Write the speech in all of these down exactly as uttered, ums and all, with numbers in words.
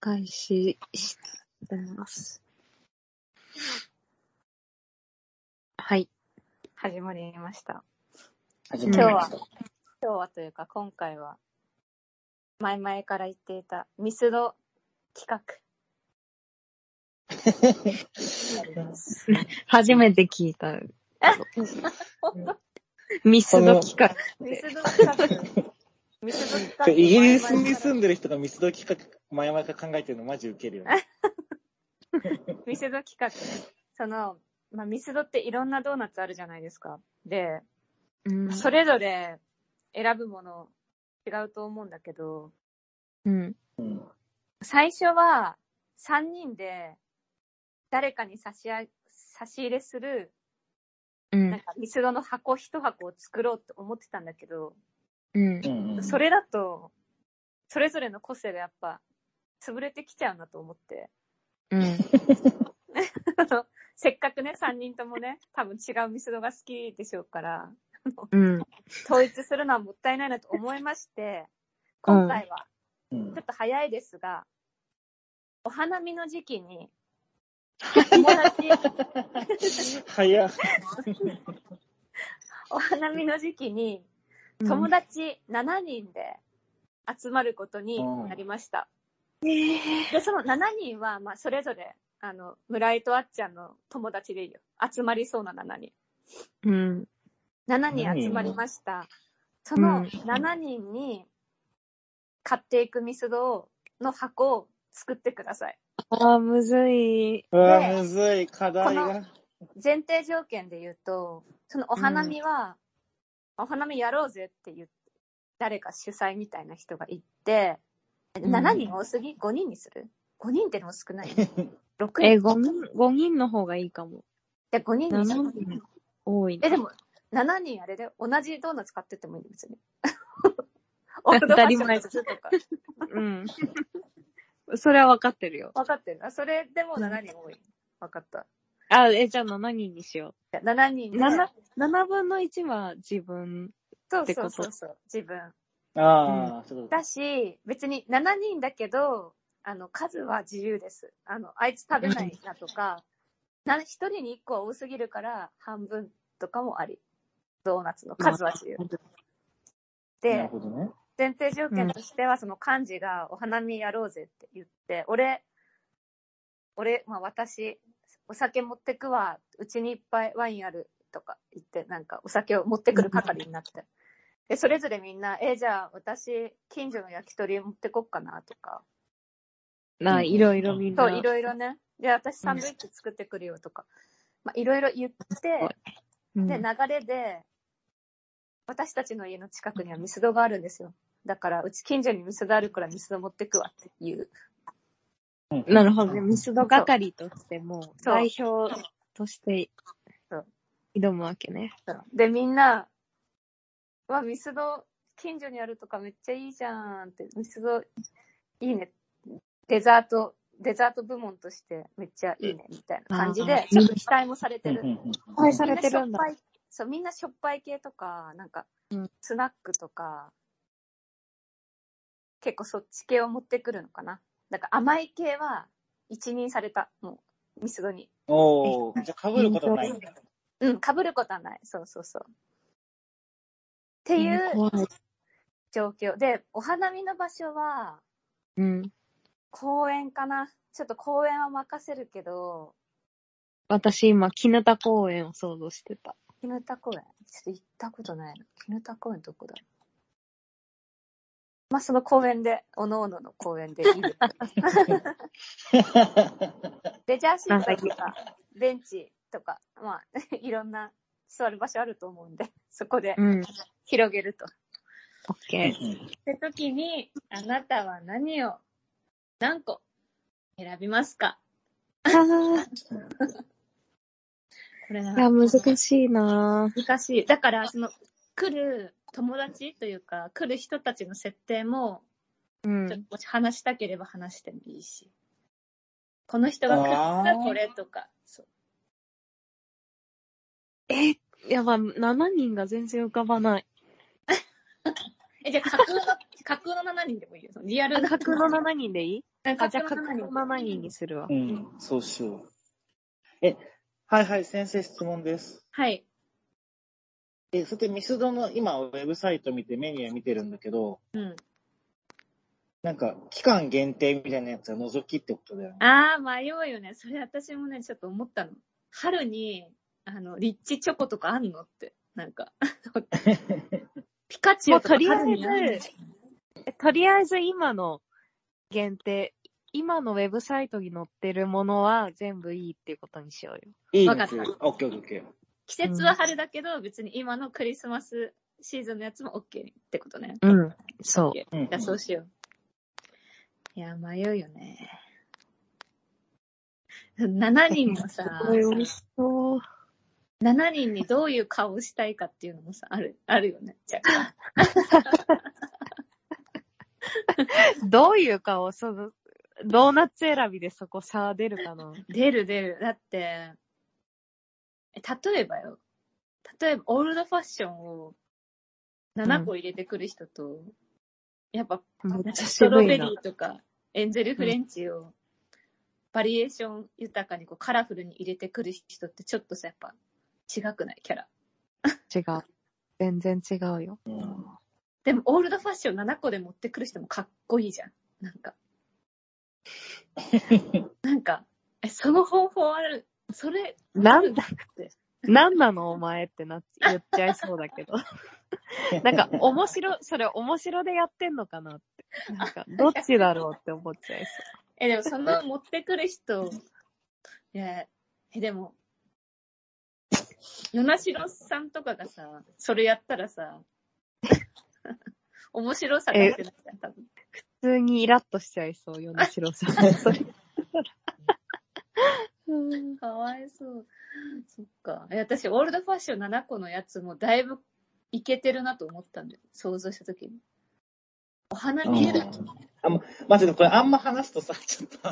開始してます。はい。 始まりました。 始まりました。 今日は、今日はというか今回は、前々から言っていたミスド企画。 初めて聞いた。ミスド企画。 ミスド企画。ミスド企画。 イギリスに住んでる人がミスド企画、前々から考えてるのマジウケるよね。 ミスド企画。その、まあ、ミスドっていろんなドーナツあるじゃないですか。で、うん、それぞれ選ぶもの違うと思うんだけど、 うん、 最初はさんにんで誰かに差しあ差し入れする、うん、なんかミスドの箱一箱を作ろうって思ってたんだけど、 うん、 それだとそれぞれの個性がやっぱ潰れてきちゃうなと思って、 うん、 せっかくねさんにんともね多分違うミスドが好きでしょうから、 うん、 統一するのはもったいないなと思いまして、今回はちょっと早いですが、お花見の時期に友達早お花見の時期に友達しちにんで集まることになりました。 うん、 で、そのしちにんは、まあ、それぞれ、あの、村井とあっちゃんの友達でいいよ。集まりそうなしちにん。 うん。 しちにん集まりました。そのしちにんに買っていくミスドの箱を作ってください。 ああ、むずい。 うわ、むずい。課題が。 前提条件で言うと、そのお花見は、うん、お花見やろうぜって言って、誰か主催みたいな人が言って、しちにん多すぎ ?ご 人にする ?ご 人ってのも少ない。ろくにん。 え、ごにん、ごにんの方がいいかも。 じゃごにんにしよう。 多い。 え、でも、しちにんあれで同じドーナツ買ってってもいいんですよね。 当たり前とか。うん。それは分かってるよ。 分かってる。あ、それでもしちにん多い。分かった。 あ、え、じゃあしちにんにしよう。しちにんで。 ななぶんのいちは自分ってこと。 そうそうそうそう。自分。 ああ、そう。 だし、別にしちにんだけど、あの、数は自由です。あの、あいつ食べないなとか、ひとりにいっこは多すぎるから半分とかもあり。ドーナツの数は自由。で、 なるほどね、 前提条件としては、その幹事がお花見やろうぜって言って、俺、俺、まあ私、お酒持ってくわ、うちにいっぱいワインあるとか言って、なんかお酒を持ってくる係になって。で、それぞれみんな、えー、じゃあ私、近所の焼き鳥持ってこっかなとか。 なあ、いろいろみんな。 そう、いろいろね。で、私サンドイッチ作ってくるよとか。まあ、いろいろ言って、うん、で、流れで、私たちの家の近くにはミスドがあるんですよ。だから、うち近所にミスドあるからミスド持ってくわっていう。 なるほどね。ミスド係としても、代表として挑むわけね。 で、みんな、わ、ミスド近所にあるとかめっちゃいいじゃんって、ミスドいいね。デザート、デザート部門としてめっちゃいいねみたいな感じで、ちょっと期待もされてる。期待されてるんだ。 そう、みんなしょっぱい系とか、なんか、スナックとか、結構そっち系を持ってくるのかな。だから甘い系は一任された。もう、ミスドに。 おー、じゃあ被ることはないんだ。 うん、被ることはない。そうそうそう。っていう状況。で、お花見の場所は、 うん。 公園かな。ちょっと公園は任せるけど。 私今、絹田公園を想像してた。 絹田公園ちょっと行ったことないの。絹田公園どこだろう。まあ、その公園で、おのおのの公園でいい。レジャーシートとか、ベンチとか、まあ、いろんな座る場所あると思うんで、そこで広げると。 オッケー。 って時に、あなたは何を、何個選びますか？ あー。これな。いや、難しいなぁ。 難しい。だから、その、来る友達というか、来る人たちの設定も、うん、ちょっと話したければ話してもいいし。この人が来ったらこれとか。そうえ、やば、しちにんが全然浮かばない。 え、じゃあ架空の、 架空のしちにんでもいいよ。リアルな。 架空のしちにんでいい？ あ、 あ、じゃあ架空のしちにんにするわ。 うん、そうしよう。え、はいはい、先生質問です。 はい。 え、それでミスドの今ウェブサイト見てメニュー見てるんだけど、 うん。 なんか期間限定みたいなやつは除きってことだよね。 あー、迷うよね。それ私もね、ちょっと思ったの。春に、あの、リッチチョコとかあんのって。なんか、ピカチュウとか春にあんの。 もうとりあえずとりあえず今の限定、今のウェブサイトに載ってるものは全部いいっていうことにしようよ。 いいわかった。 オッケーオッケー。 季節は春だけど、別に今のクリスマスシーズンのやつも OK ってことね。 うん。そう。 OK。じゃあそうしよう。いや、迷うよね。しちにんもさ、 美味しそう。 しちにんにどういう顔をしたいかっていうのもさ、ある、あるよね。じゃあ。 どういう顔、その、ドーナツ選びでそこ差出るかな？ 出る出る。だって、例えばよ。例えば、オールドファッションをななこ入れてくる人と、うん、やっぱ、ストロベリーとか、エンゼルフレンチを、バリエーション豊かにこうカラフルに入れてくる人ってちょっとさ、やっぱ、違くないキャラ。 違う。全然違うよ。 うん、 でも、オールドファッションななこで持ってくる人もかっこいいじゃん。なんか。なんか、え、その方法ある、それ、 なんだって。なんなのお前ってなっ言っちゃいそうだけど。なんか、面白、それ面白でやってんのかなって。なんか、どっちだろうって思っちゃいそう。 え、でもその持ってくる人、いや、え、でも、与那城さんとかがさ、それやったらさ、面白さが出ないじゃん、多分。 普通にイラッとしちゃいそう、与那城さん。それ。 かわいそう。そっか。え、私、オールドファッションななこのやつもだいぶいけてるなと思ったんだよ。想像したときに。お花見える。 あ、まじでこれあんま話すとさ、ちょっと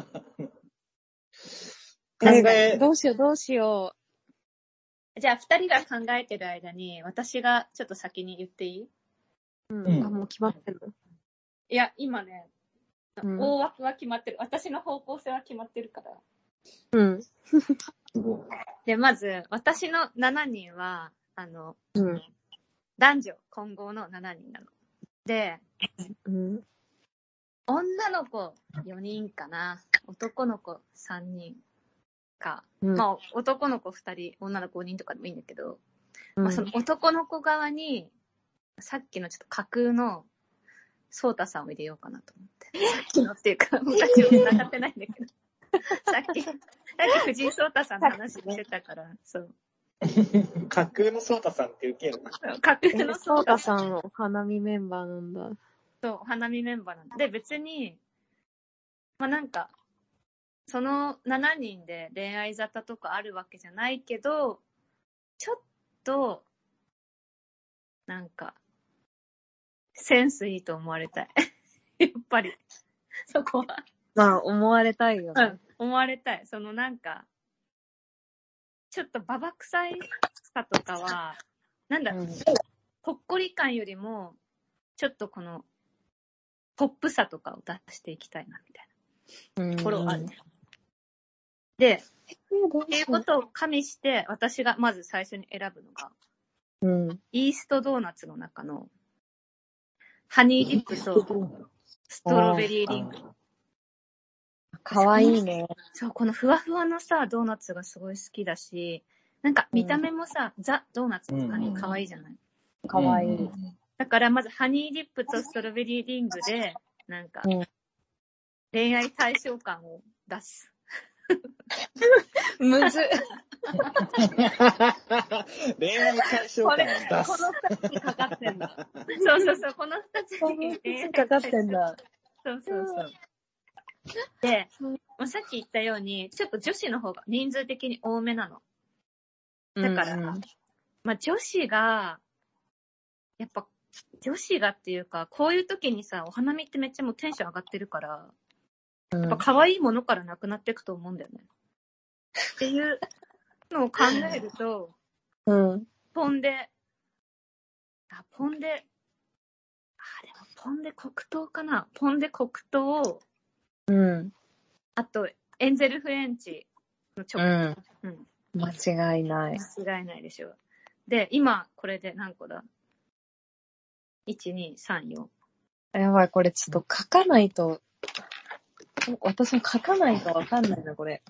考え、どうしようどうしよう。じゃあ、二人が考えてる間に、私がちょっと先に言っていい？ うん。うん、あ、もう決まってんの？ いや、今ね、うん、大枠は決まってる。私の方向性は決まってるから。 うん。 で、まず、私のしちにんは、あの、 うん、 男女混合のしちにんなの。で、 うん、 女の子よにんかな。男の子さんにんか。 うん、 まあ、男の子ふたり、女の子ごにんとかでもいいんだけど、 うん、 まあ、その男の子側に、さっきのちょっと架空の、ソータさんを入れようかなと思って。さっきのっていうか、昔も繋がってないんだけど。さっき、さっき藤井聡太さんの話してたから、そう。 架空のソータさんって受ける。 架空のソータさん、お花見メンバーなんだ。 そう、お花見メンバーなんだ。で、別に、まあなんか、そのしちにんで恋愛沙汰とかあるわけじゃないけど、ちょっと、なんか、センスいいと思われたい。やっぱり。そこは。 まあ、思われたいよね。 うん、思われたい。そのなんか、ちょっとババ臭いさとかは、なんだろう、うん、ほっこり感よりも、ちょっとこの、ポップさとかを出していきたいな、みたいなところある。うん、で、っていうことを加味して、私がまず最初に選ぶのが、うん、イーストドーナツの中の、ハニーディップとストロベリーリング。 かわいいね。 そう、このふわふわのさ、ドーナツがすごい好きだし、なんか見た目もさ、うん、ザ・ドーナツって感じかわいいじゃない？ かわいい。 だからまずハニーディップとストロベリーリングで、なんか、恋愛対象感を出す。 むずっ。 恋愛対象感を出す。 この二つにかかってんだ。 そうそうそう、この二つに恋愛かかってんだ。 そうそうそう。で、さっき言ったように、ちょっと女子の方が人数的に多めなの。だから、うんうん、まあ女子が、やっぱ女子がっていうか、こういう時にさ、お花見ってめっちゃもうテンション上がってるから、やっぱ可愛いものからなくなっていくと思うんだよね。っていうのを考えると、うん、ポンデ、あ、ポンデ、あ、でもポンデ黒糖かなポンデ黒糖、 うん。 あと、エンゼルフレンチのチョコ。うん。 うん。間違いない。 間違いないでしょ。で、今、これで何個だ ?いち、に、さん、よん。 やばい、これちょっと書かないと、私も書かないとわかんないな、これ。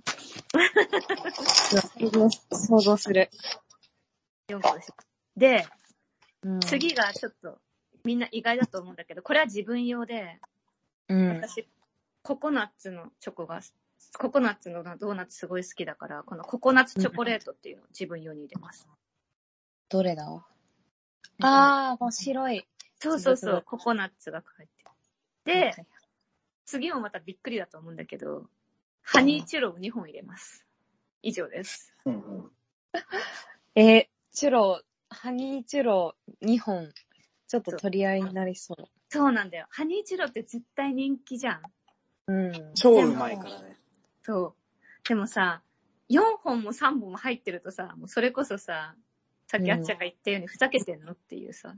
想像、想像する。 よんこでしょ。で、 うん、 次がちょっと、みんな意外だと思うんだけど、これは自分用で、 うん、 私、ココナッツのチョコが、ココナッツのドーナツすごい好きだから、このココナッツチョコレートっていうのを自分用に入れます。 どれだあー、面白い。 そうそうそう、ココナッツが入ってる。で、次もまたびっくりだと思うんだけど、ハニーチュロをにほん入れます。以上です。 うんうん、 えー、チュロ、ハニーチュロにほん、ちょっと取り合いになりそう。 そうなんだよ。ハニーチュロって絶対人気じゃん。 うん。 超うまいからね。 そう。でもさ、よんほんもさんぼんも入ってるとさ、もうそれこそさ、さっきあっちゃんが言ったようにふざけてんのっていうさ、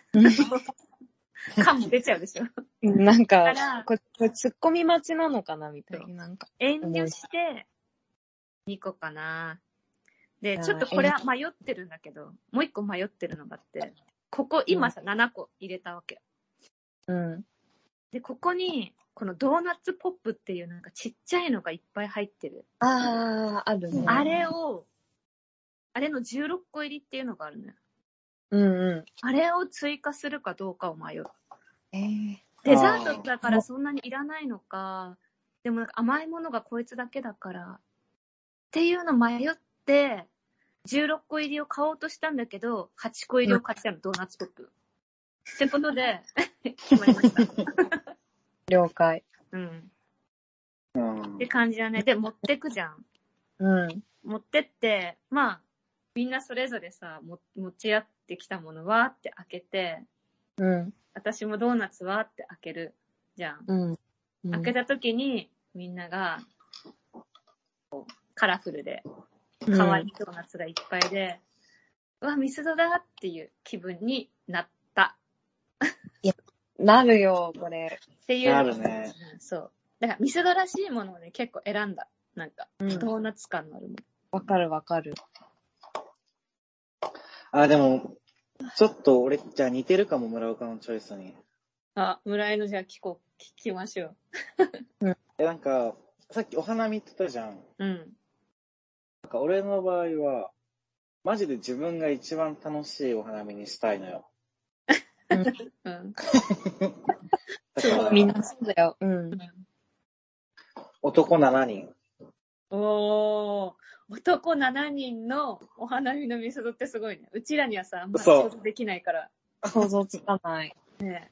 感も出ちゃうでしょ。 なんか、これ突っ込み待ちなのかなみたいな。なんか遠慮してにこかな。で、ちょっとこれは迷ってるんだけど、もういっこ迷ってるのがあって、ここ今さ、ななこ入れたわけ。 うん。 で、ここに、このドーナツポップっていうなんかちっちゃいのがいっぱい入ってる。 あー、あるね。 あれを、あれのじゅうろっこ入りっていうのがあるのよ。 うんうん。 あれを追加するかどうかを迷う。 えー、 デザートだからそんなにいらないのか、でもなんか甘いものがこいつだけだから、っていうの迷って、じゅうろっこ入りを買おうとしたんだけど、はっこ入りを買っちゃうの、ドーナツポップ。ってことで、決まりました。 了解。 うん。 うん。 って感じだね。で、持ってくじゃん。 うん。 持ってって、まあ、みんなそれぞれさ、も持ち合ってきたものはって開けて、 うん。 私もドーナツはって開けるじゃん。 うん。うん、 開けた時に、みんなが、こうカラフルで、可愛いドーナツがいっぱいで、うん、うわ、ミスドだっていう気分になった。 いや、なるよ、これ。 っていう。 なるね。 そう。だからミスドらしいものをね、結構選んだ。なんか、 うん、 ドーナツ感のあるもの。 わかるわかる。 あ、でも、ちょっと俺、じゃあ似てるかも、村岡のチョイスに。 あ、村井のじゃあ聞こう、聞きましょう。 うん。 え、なんか、さっきお花見って言ったじゃん。 うん。 なんか俺の場合は、マジで自分が一番楽しいお花見にしたいのよ。 うん。 だからみんなそうだよ。うん。 男しちにん。 おー、男しちにんのお花見のミスドってすごいね。うちらにはさ、あんま想像できないから。 想像つかない。 ね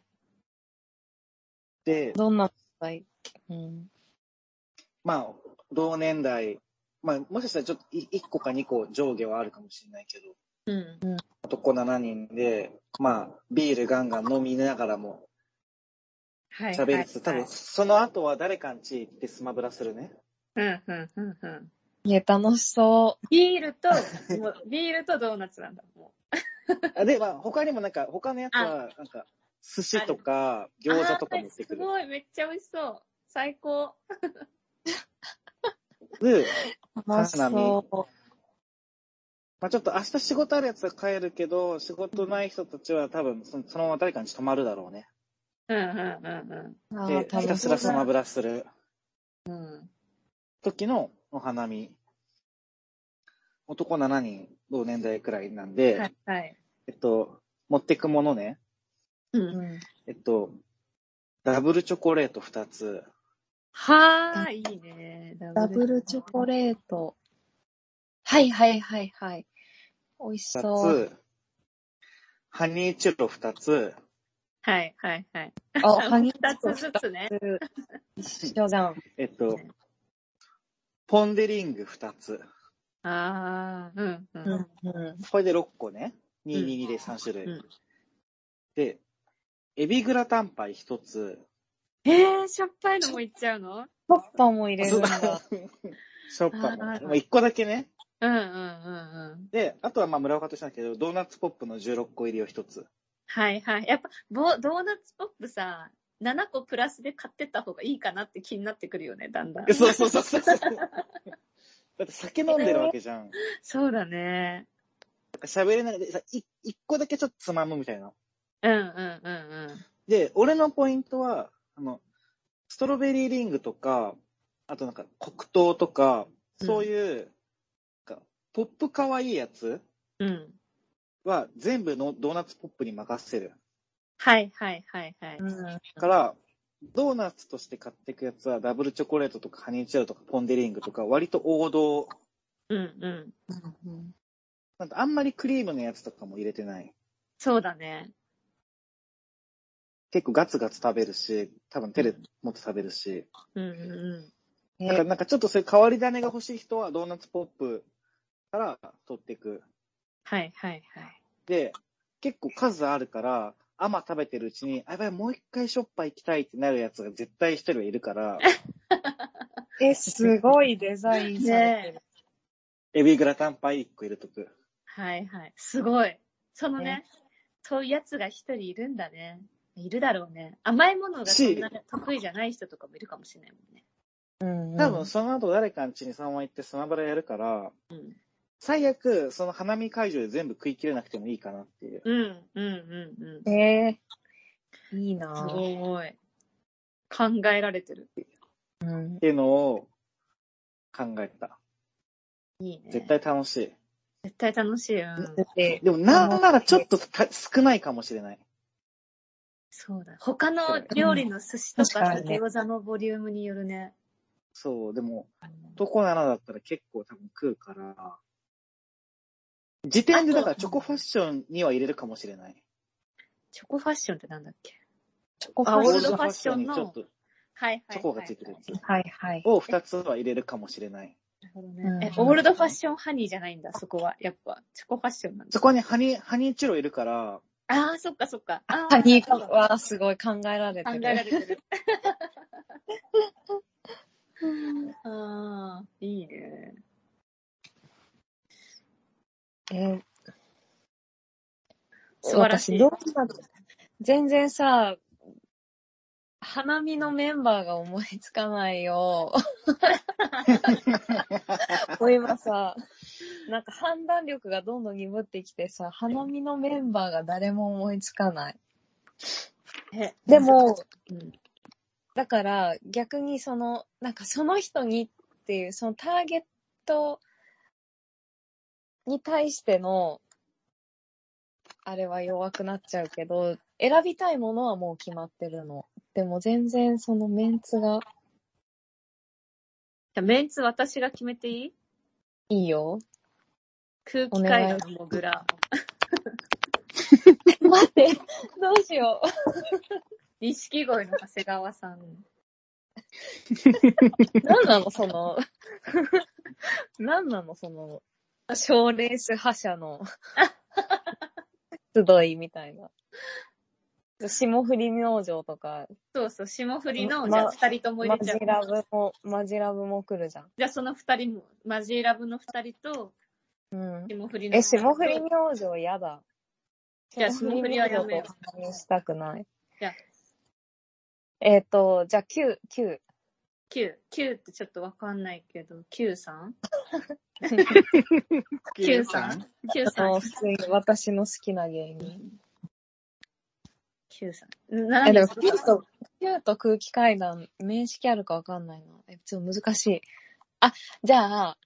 で、 どんな場合、うん、 まあ、同年代、まあ、もしかしたらちょっといっこかにこ上下はあるかもしれないけど、 うん。 男しちにんで、まあ、ビールガンガン飲みながらもはい。 喋りつつ、多分その後は誰かんち行ってスマブラするね。 うん、うん、うん、うん。 いや、楽しそう。 ビールと、もうビールとドーナツなんだ、もう。で、まあ、他にもなんか、他のやつは、なんか、寿司とか、餃子とか持ってくる。 すごい、めっちゃ美味しそう。最高。 で、 楽しそう。 まあちょっと明日仕事あるやつは帰るけど、仕事ない人たちは多分その、そのまま誰かに泊まるだろうね。 うん、うん、うん、 あで、ひたすらスマブラするうん。 時のお花見。男しちにん、同年代くらいなんで、 はい、はい。 えっと、持ってくものね。 うん。 えっと、ダブルチョコレートふたつ。 はー、いいね。 ダブルチョコレート。はいはいはいはい。美味しそう。 ふたつ。ハニーチュロふたつ。 はいはいはい。 あ、ハニーふたつずつね。 一緒じゃん。 えっと、ポンデリングふたつ。 あー、うんうん。 うんうん、 これでろっこね。にひゃくにじゅうにでさん種類。 うん、 で、エビグラタンパイひとつ。 えー、しょっぱいのもいっちゃうの？ しょっぱも入れるんだ。 しょっぱも。もういっこだけね。 うんうんうんうん。 で、あとはまあ村岡としたんだけど、ドーナツポップのじゅうろっこ入りをひとつ。 はいはい。やっぱ、ボドーナツポップさ、ななこプラスで買ってった方がいいかなって気になってくるよね、だんだん。 そうそうそうそう。だって酒飲んでるわけじゃん。 そうだね。 喋れないでさ、い一個だけちょっとつまむみたいな。 うんうんうんうん。 で、俺のポイントは、あの、ストロベリーリングとか、あとなんか黒糖とか、そういう、なんかポップ可愛いやつうん。 は全部のドーナツポップに任せる。 はいはいはいはい。 うん。 だから、ドーナツとして買っていくやつはダブルチョコレートとかハニーチェロとかポンデリングとか割と王道。 うんうん。 うんなんかあんまりクリームのやつとかも入れてない。 そうだね。 結構ガツガツ食べるし、多分手で持って食べるし。 うんうんだからなんかちょっとそういう変わり種が欲しい人はドーナツポップから取っていく。 はいはいはい。 で、結構数あるから、甘食べてるうちに、あ、やばい、もう一回しょっぱ行きたいってなるやつが絶対一人はいるから、 え、すごいデザインされてる。 ねエビグラタンパイ一個入れとく。 はいはい。すごい。そのね、 ねそういうやつが一人いるんだね。いるだろうね。甘いものがそんな得意じゃない人とかもいるかもしれないもんね。 うんうん、 多分その後誰かん家にそのまま行ってスマブラやるから、 うん、 最悪その花見会場で全部食い切れなくてもいいかなっていう。 うん、うん、うん、うん。 えー、いいなすぁ。 ごい。考えられてる。 うん。 っていうのを考えた。 いいね。 絶対楽しい。 絶対楽しい。うん。 ででもなんならちょっと少ないかもしれない。 そうだ。他の料理の寿司とかさ、餃子のボリュームによるね。 そう、でも、男ななだったら結構多分食うから、時点でだからチョコファッションには入れるかもしれない。 チョコファッションってなんだっけ？ チョコファッション。 オールドファッションにちょっと、 はいはい。 チョコがついてるやつ。 はいはい。 をふたつは入れるかもしれない。 なるほどね。え、オールドファッションハニーじゃないんだ、そこは。やっぱ、チョコファッションなんだ。 そこにハニー、ハニーチュロいるから、 ああ、そっかそっか。 ハニーはすごい考えられてる。 考えられてる。ああ、いいね。 えー、 素晴らしい。 私どうなの？全然さ、花見のメンバーが思いつかないよ。もう今さ、なんか判断力がどんどん鈍ってきてさ、花見のメンバーが誰も思いつかない。 えでも、 うん、 だから逆にその、なんかその人にっていう、そのターゲットに対しての、あれは弱くなっちゃうけど、選びたいものはもう決まってるの。でも全然そのメンツが。 じゃあメンツ私が決めていい？ いいよ。 空気階段のモグラ。 待って、どうしよう。 錦鯉の長谷川さん。 何なのその、何なのその、賞レース覇者の集いみたいな。霜降り明星とか。 そうそう、霜降りの、 ま、 じゃあ二人とも入れちゃう。 マジラブも、マジラブも来るじゃん。 じゃあその二人も、マジラブの二人と、 うん。 霜降りの。 え、霜降り明星やだ。 じゃあ霜降りはやめよう。したくない。 じゃあ。 えっ、ー、と、じゃあきゅう、きゅう。 きゅう、きゅうってちょっとわかんないけど、きゅうさん きゅうさん きゅうさん。 普通に私の好きな芸人。 きゅうさん。 え、でもきゅうと、きゅうと空気階段、面識あるかわかんないな。え、ちょっと難しい。あ、じゃあ、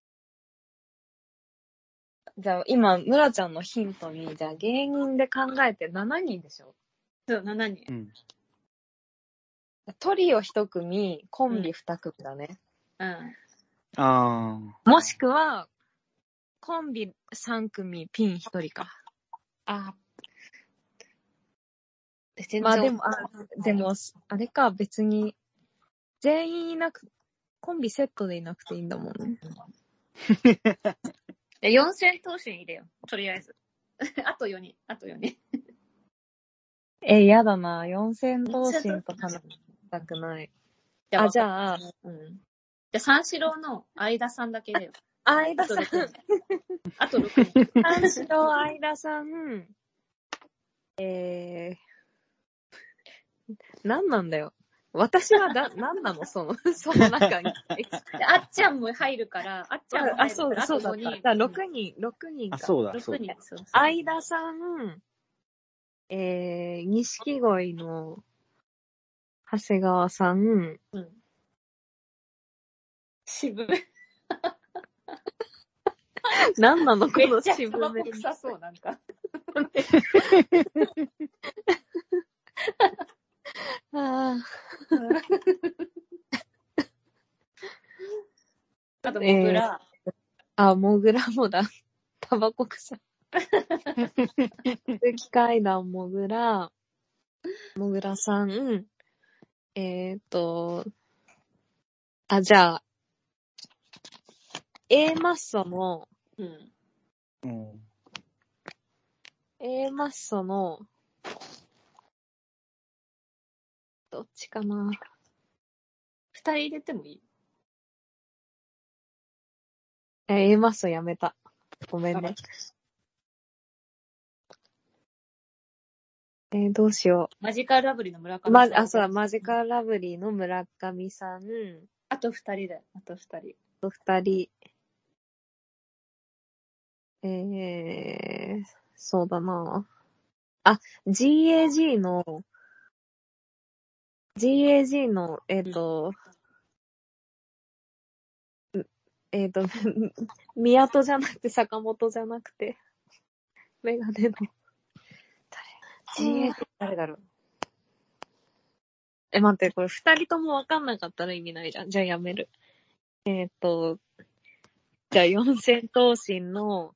じゃあ今、村ちゃんのヒントに、じゃあ芸人で考えてしちにんでしょ？ そう、しちにん。 うん。 トリオ一組、コンビ二組だね。 うん。 ああ。もしくは、コンビ三組、ピン一人か。 あ。 全然まあでも、あ、でも、あれか、別に、全員いなく、コンビセットでいなくていいんだもんね。 四千頭身入れよ。とりあえず。あとよにん。あとよにん。 え、やだな。四千頭身と話したくない。あ、じゃあ、 うん。じゃあ、三四郎の相田さんだけだよ。 相田さん。 あとろくにん。 三四郎相田さん、 えー、何なんだよ。私はだ、何なのその、その中に。 であっちゃんも入るから、あっちゃんも入あ、そうだ、 るから、あとそうだった。 ごにん。 じゃあろくにん、ろくにんあ、 か。 そうだ、 6 そうだ。 人。そうそう。 相田さん、えー、錦鯉の長谷川さん、 うん。渋い。 何なのこのめっちゃ渋めタバコ。臭そう、なんか。 ああと、モグラ。 ーあ、モグラもだ。タバコ臭い。空気階段モグラ、モグラさん、えーっと、あ、じゃあ、A マッソの、 うん。 うん。 A マッソの、どっちかな。 二人入れてもいい？ え、A マッソやめた。ごめんね。えーどうしよマジカルラブリーの村う。ま、 上さん。 あ、そうだ、マジカルラブリーの村上さん、 あと二人だよ。あと二人。 と二人。えー、そうだな。あ、ジーエージー の、ジーエージー の、えっ、ー、と、えっ、ー、と、宮戸じゃなくて坂本じゃなくて、メガネの。 ジーエージー 誰だろう。 え、待って、これ二人ともわかんなかったら意味ないじゃん。じゃあやめる。えっ、ー、と、じゃあ四千頭身の、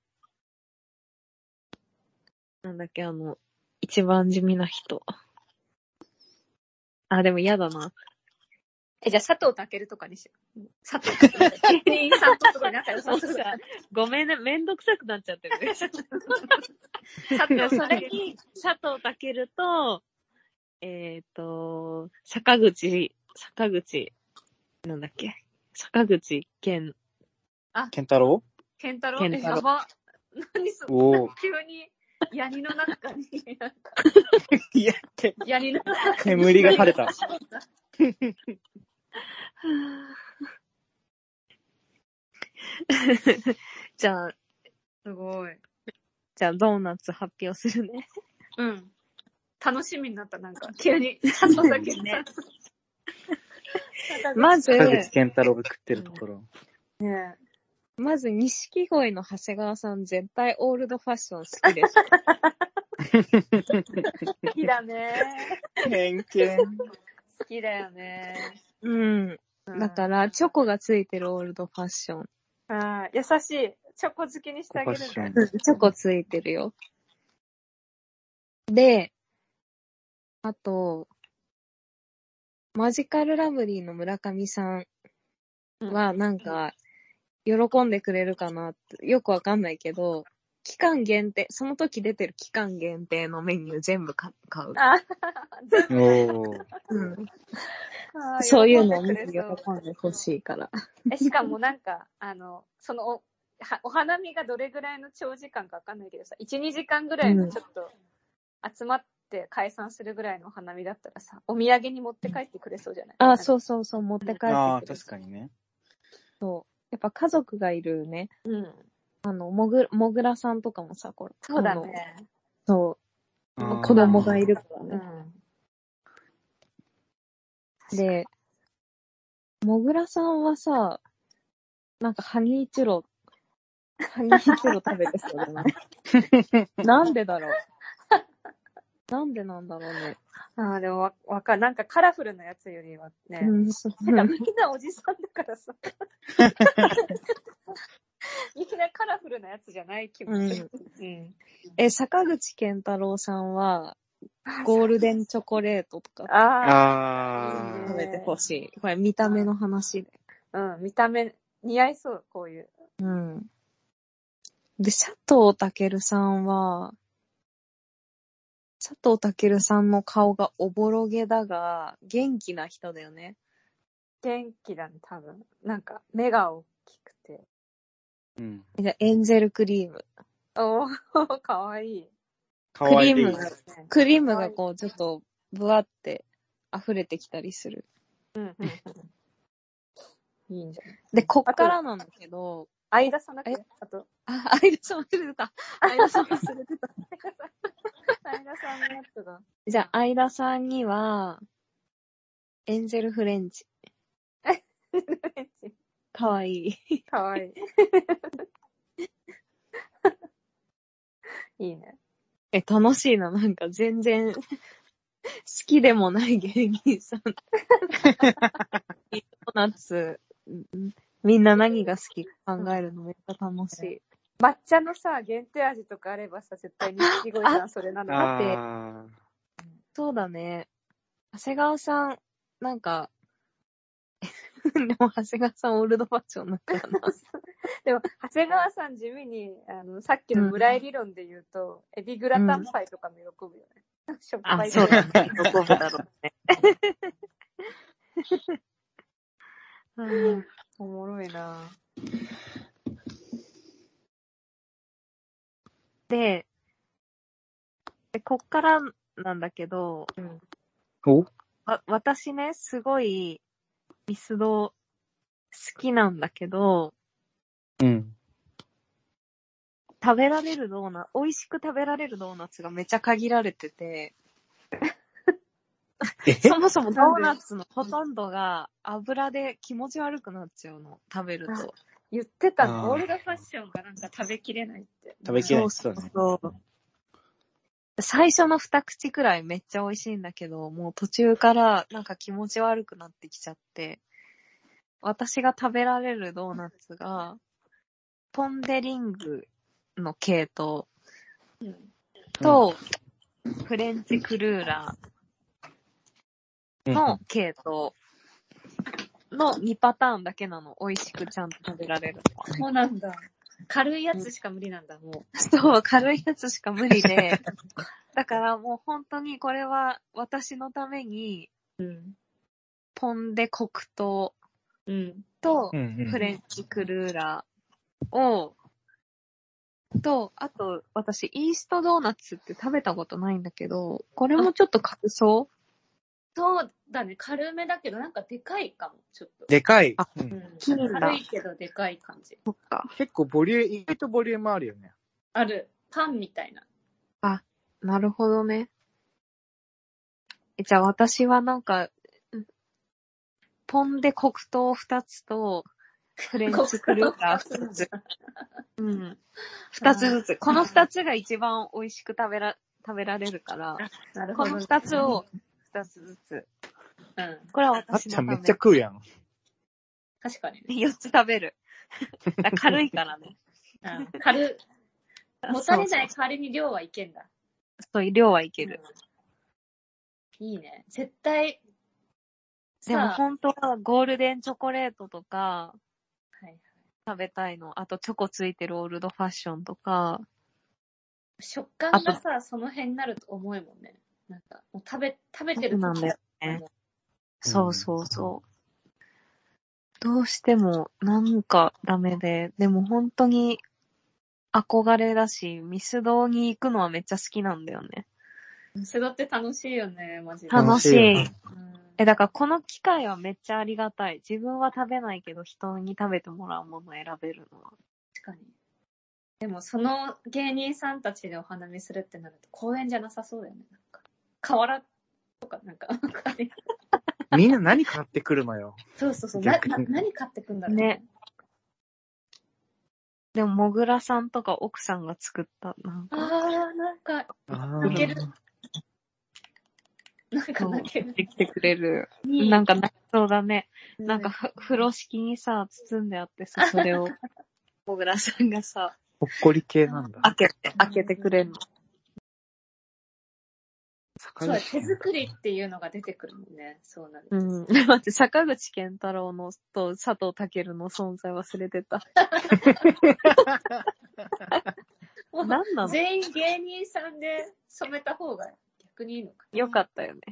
なんだっけ、あの、一番地味な人。あ、でも嫌だな。 え、じゃあ佐藤健とかにしよう。佐藤健。芸人さんとすごい仲良さそうだ。 ごめんね、めんどくさくなっちゃってる。 佐いや、 藤それに、佐藤健と、えっ、ー、と、坂口、坂口、なんだっけ、坂口健、 ケンタロ健太郎え、 健太郎やば。何そおーれ急に、ヤニの中に、なんか、 ウいや、けヤニの中に。 煙が垂れた。 じゃあ、 すごい。 じゃあドーナツ発表するね。 うん。楽しみになった、なんか、急に、佐藤健ねさん。 まず、 坂口健太郎が食ってるところ。 ねまず、錦鯉の長谷川さん、絶対オールドファッション好きでしょ。 好きだね。 偏見。 好きだよね。 うん。だから、チョコがついてるオールドファッション。 ああ、優しい。チョコ好きにしてあげるんだよ。 うん、チョコついてるよ。で、あと、マジカルラブリーの村上さんは、なんか、喜んでくれるかなって、よくわかんないけど、期間限定、その時出てる期間限定のメニュー全部買う。 あおー。 うん、 あそういうのを見て喜喜んでくれそうんでほしいから。 え、しかもなんか、あの、そのお、はお花見がどれぐらいの長時間かわかんないけどさ、いち、にじかんぐらいのちょっと集まって解散するぐらいのお花見だったらさ、お土産に持って帰ってくれそうじゃない？ あ、そうそうそう、持って帰ってくる。 ああ、確かにね。 そう。やっぱ家族がいるね。 う。うん。 あの、もぐ、もぐらさんとかもさ、これ。 そうだあのね。 そう。 あー子供がいるからね。 うん。 で、もぐらさんはさ、なんかハニーチュロ、ハニーチュロ食べてそうじゃないなんでだろうなんでなんだろうね。 ああ、でもわ、わかる。なんかカラフルなやつよりはね。 うん、 なんかみんなおじさんだからさ。みんなカラフルなやつじゃない気もする。うん。うん、 え、坂口健太郎さんは、ゴールデンチョコレートとかああ、 あ食べてほしい。これ見た目の話で。 うん、見た目似合いそう、こういう。 うん。で、佐藤健さんは、佐藤健さんの顔がおぼろげだが、元気な人だよね。 元気だね、多分。なんか、目が大きくて。 うん。 じゃあエンゼルクリーム。 おー、かわいい。 かクわいい。 リームが、クリームがこう、ちょっと、ぶわって溢れてきたりする。 うんうんうん。いいんじゃない？ で、こっからなんだけど、 相田さんだっけ？ えあと、 あ、相田さん忘れてた。相田さん忘れてた。 相田さんのやつが。 じゃあ、相田さんには、エンジェルフレンチ。かわいい。 かわいい。いいね。 え、楽しいな。なんか全然、好きでもない芸人さん。ドーナツ、うんみんな何が好きか考えるのめっちゃ楽しい。 抹茶のさ、限定味とかあればさ、絶対錦鯉さんそれなのだって。 あそうだね。長谷川さん、なんか、でも長谷川さんオールドファッションだからな。 でも、長谷川さん地味に、あの、さっきの村井理論で言うと、エビグラタンパイとかも喜ぶよね。しょっぱあ、 いそうだね。喜ぶだろうね。うん、 おもろいな。 で、でこっからなんだけど、 うん。 おわ私ね、すごいミスド好きなんだけど、 うん。 食べられるドーナツ、美味しく食べられるドーナツがめちゃ限られてて、 えそもそもドーナツのほとんどが油で気持ち悪くなっちゃうの、食べると。 言ってたの。 あーオールドファッションがなんか食べきれないって。 食べきれない。 そうそうだね。 そう。最初の二口くらいめっちゃ美味しいんだけど、もう途中からなんか気持ち悪くなってきちゃって、私が食べられるドーナツが、ポンデリングの系統うん。 と、フレンチクルーラーの系統のにパターンだけなの。美味しくちゃんと食べられるのは。 そうなんだ。軽いやつしか無理なんだ、もそう、軽いやつしか無理で。だからもう本当にこれは私のために、 う。うん。 ポンデ黒糖うん。 とうんうんフレンチクルーラーを、と、あと、私、イーストドーナツって食べたことないんだけど、これもちょっと格装そうだね。軽めだけど、なんかでかいかも、ちょっと。 でかい。 あううんん。 金だ軽いけどでかい感じ。 そっか。 結構ボリューム、意外とボリュームあるよね。 ある。パンみたいな。 あ、なるほどね。えじゃあ私はなんか、うんポンデ黒糖二つと、フレンチクルーラー二つ。うん。二つずつ。この二つが一番美味しく食べら、食べられるから、このなるほどね。 二つを二つずつ。 うん。 これはあっ私のため。 ちゃんめっちゃ食うやん。 確かにね。 四つ食べる。だ軽いからね。 うん。軽、持たれない代わりに量はいけんだ。 そういう量はいける。 うん。いいね。絶対、 でもさあ、 本当はゴールデンチョコレートとかはい、 食べたいの。あとチョコついてるオールドファッションとか。 食感がさ、その辺になると重いもんね。なんか、もう食べ、食べてるそうなんだよねもうそうそうそう。どうしてもなんかダメで、でも本当に憧れだし、ミスドに行くのはめっちゃ好きなんだよね。 ミスドって楽しいよね、マジで。 楽しい。 楽しいよねうんえ、だからこの機会はめっちゃありがたい。自分は食べないけど人に食べてもらうものを選べるのは。 確かに。でも、その芸人さんたちでお花見するってなると、公園じゃなさそうだよね。なんか、河原とか、なんか、 みんな何買ってくるのよ。 そうそうそう。な、な、 逆に何買ってくんだろうね。でも、もぐらさんとか奥さんが作った、なんか、 あー、なんか、 あ泣ける。 ーなんか泣ける。 できてくれる。 いいなんか泣きそうだね。 うなんかふ、風呂敷にさ、包んであってさ、それを、もぐらさんがさ、 ほっこり系なんだ。 開けて、開けてくれるの。 そうだ、手作りっていうのが出てくるもんね。そうなると。 うん。待って、坂口健太郎のと佐藤健の存在忘れてた。 もうなんなの全員芸人さんで染めた方が逆にいいのか。 よかったよね。